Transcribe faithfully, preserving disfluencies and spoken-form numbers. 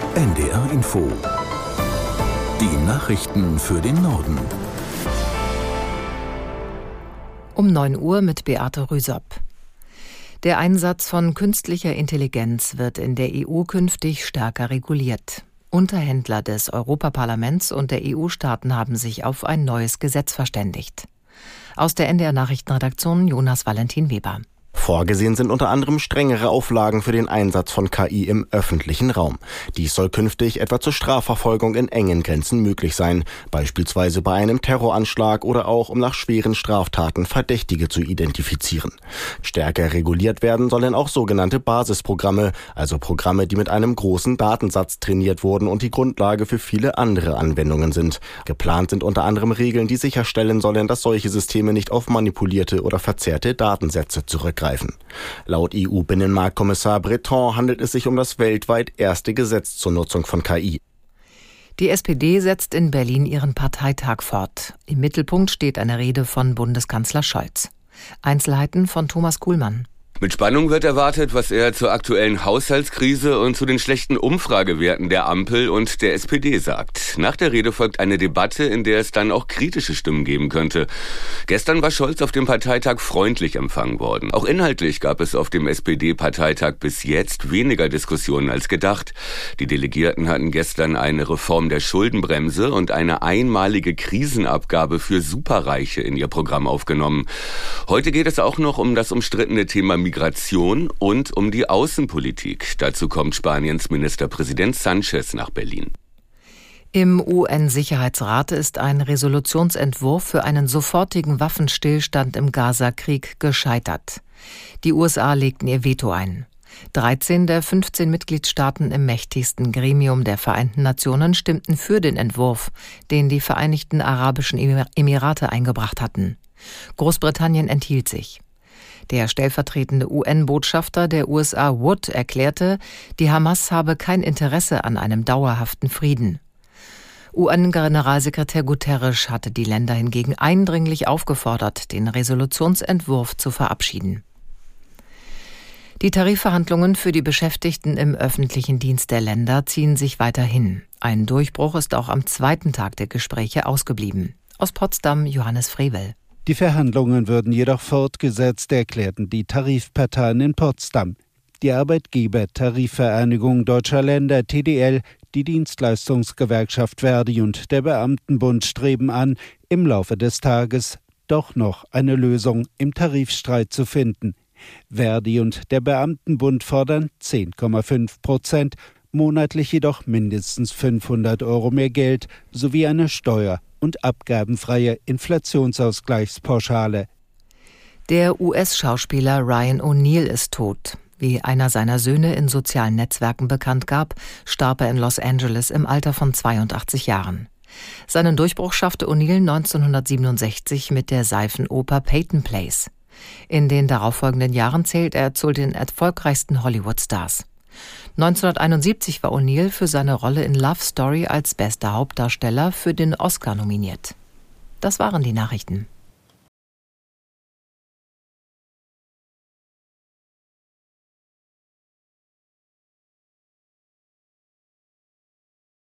N D R Info. Die Nachrichten für den Norden. Um neun Uhr mit Beate Rüsop. Der Einsatz von künstlicher Intelligenz wird in der E U künftig stärker reguliert. Unterhändler des Europaparlaments und der E U-Staaten haben sich auf ein neues Gesetz verständigt. Aus der N D R-Nachrichtenredaktion Jonas Valentin Weber. Vorgesehen sind unter anderem strengere Auflagen für den Einsatz von K I im öffentlichen Raum. Dies soll künftig etwa zur Strafverfolgung in engen Grenzen möglich sein, beispielsweise bei einem Terroranschlag oder auch um nach schweren Straftaten Verdächtige zu identifizieren. Stärker reguliert werden sollen auch sogenannte Basisprogramme, also Programme, die mit einem großen Datensatz trainiert wurden und die Grundlage für viele andere Anwendungen sind. Geplant sind unter anderem Regeln, die sicherstellen sollen, dass solche Systeme nicht auf manipulierte oder verzerrte Datensätze zurückgreifen. Laut E U-Binnenmarktkommissar Breton handelt es sich um das weltweit erste Gesetz zur Nutzung von K I. Die S P D setzt in Berlin ihren Parteitag fort. Im Mittelpunkt steht eine Rede von Bundeskanzler Scholz. Einzelheiten von Thomas Kuhlmann. Mit Spannung wird erwartet, was er zur aktuellen Haushaltskrise und zu den schlechten Umfragewerten der Ampel und der S P D sagt. Nach der Rede folgt eine Debatte, in der es dann auch kritische Stimmen geben könnte. Gestern war Scholz auf dem Parteitag freundlich empfangen worden. Auch inhaltlich gab es auf dem S P D-Parteitag bis jetzt weniger Diskussionen als gedacht. Die Delegierten hatten gestern eine Reform der Schuldenbremse und eine einmalige Krisenabgabe für Superreiche in ihr Programm aufgenommen. Heute geht es auch noch um das umstrittene Thema Migration und um die Außenpolitik. Dazu kommt Spaniens Ministerpräsident Sánchez nach Berlin. Im U N-Sicherheitsrat ist ein Resolutionsentwurf für einen sofortigen Waffenstillstand im Gaza-Krieg gescheitert. Die U S A legten ihr Veto ein. dreizehn der fünfzehn Mitgliedstaaten im mächtigsten Gremium der Vereinten Nationen stimmten für den Entwurf, den die Vereinigten Arabischen Emirate eingebracht hatten. Großbritannien enthielt sich. Der stellvertretende U N-Botschafter der U S A Wood erklärte, die Hamas habe kein Interesse an einem dauerhaften Frieden. U N-Generalsekretär Guterres hatte die Länder hingegen eindringlich aufgefordert, den Resolutionsentwurf zu verabschieden. Die Tarifverhandlungen für die Beschäftigten im öffentlichen Dienst der Länder ziehen sich weiter hin. Ein Durchbruch ist auch am zweiten Tag der Gespräche ausgeblieben. Aus Potsdam Johannes Frevel. Die Verhandlungen würden jedoch fortgesetzt, erklärten die Tarifparteien in Potsdam. Die Arbeitgeber-Tarifvereinigung Deutscher Länder T D L, die Dienstleistungsgewerkschaft Verdi und der Beamtenbund streben an, im Laufe des Tages doch noch eine Lösung im Tarifstreit zu finden. Verdi und der Beamtenbund fordern zehn Komma fünf Prozent, monatlich jedoch mindestens fünfhundert Euro mehr Geld sowie eine steuer- und abgabenfreie Inflationsausgleichspauschale. Der U S-Schauspieler Ryan O'Neal ist tot. Wie einer seiner Söhne in sozialen Netzwerken bekannt gab, starb er in Los Angeles im Alter von zweiundachtzig Jahren. Seinen Durchbruch schaffte O'Neal neunzehnhundertsiebenundsechzig mit der Seifenoper Peyton Place. In den darauffolgenden Jahren zählt er zu den erfolgreichsten Hollywood-Stars. neunzehnhunderteinundsiebzig war O'Neal für seine Rolle in Love Story als bester Hauptdarsteller für den Oscar nominiert. Das waren die Nachrichten.